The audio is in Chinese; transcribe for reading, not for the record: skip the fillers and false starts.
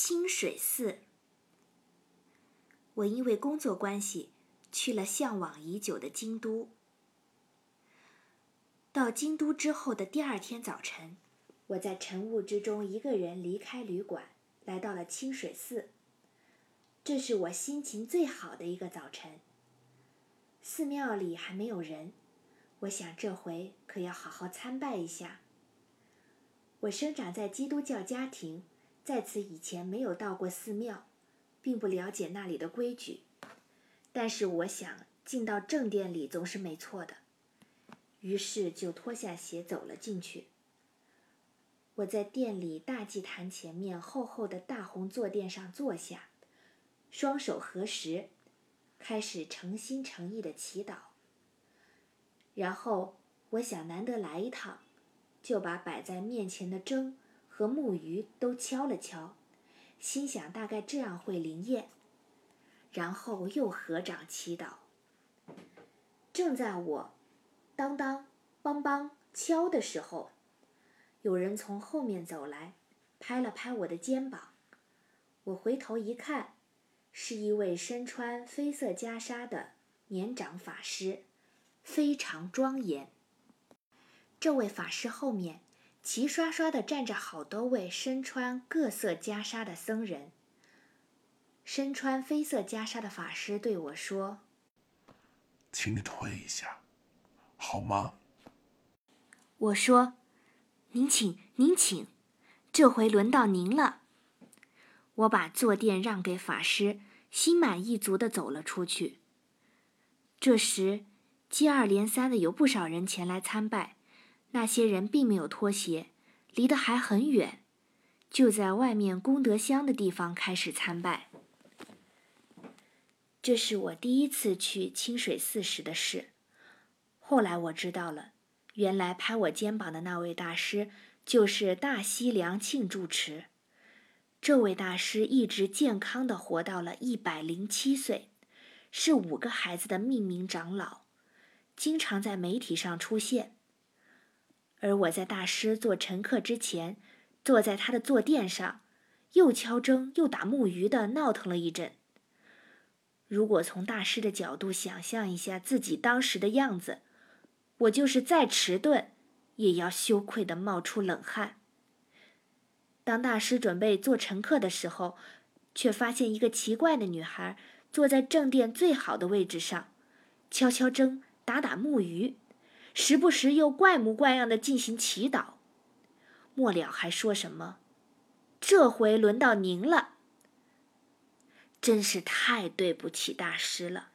清水寺。我因为工作关系去了向往已久的京都。到京都之后的第二天早晨，我在晨雾之中一个人离开旅馆，来到了清水寺。这是我心情最好的一个早晨。寺庙里还没有人，我想这回可要好好参拜一下。我生长在基督教家庭，在此以前没有到过寺庙，并不了解那里的规矩。但是我想进到正殿里总是没错的，于是就脱下鞋走了进去。我在殿里大祭坛前面厚厚的大红坐垫上坐下，双手合十，开始诚心诚意的祈祷。然后我想难得来一趟，就把摆在面前的筝和木鱼都敲了敲，心想大概这样会灵验。然后又合掌祈祷。正在我当当梆梆敲的时候，有人从后面走来，拍了拍我的肩膀。我回头一看，是一位身穿绯色袈裟的年长法师，非常庄严。这位法师后面齐刷刷地站着好多位身穿各色袈裟的僧人。身穿绯色袈裟的法师对我说：“ 请你退一下，好吗？” 我说：“您请，您请，这回轮到您了。”我把坐垫让给法师，心满意足地走了出去。这时，接二连三的有不少人前来参拜，那些人并没有脱鞋，离得还很远，就在外面功德箱的地方开始参拜。这是我第一次去清水寺时的事。后来我知道了，原来拍我肩膀的那位大师就是大西凉庆住持。这位大师一直健康地活到了107岁，是5个孩子的命名长老，经常在媒体上出现。而我在大师做乘客之前，坐在他的坐垫上，又敲筝又打木鱼地闹腾了一阵。如果从大师的角度想象一下自己当时的样子，我就是再迟钝，也要羞愧地冒出冷汗。当大师准备做乘客的时候，却发现一个奇怪的女孩坐在正殿最好的位置上，敲敲筝，打打木鱼，时不时又怪模怪样地进行祈祷。末了还说什么：“这回轮到您了。”真是太对不起大师了。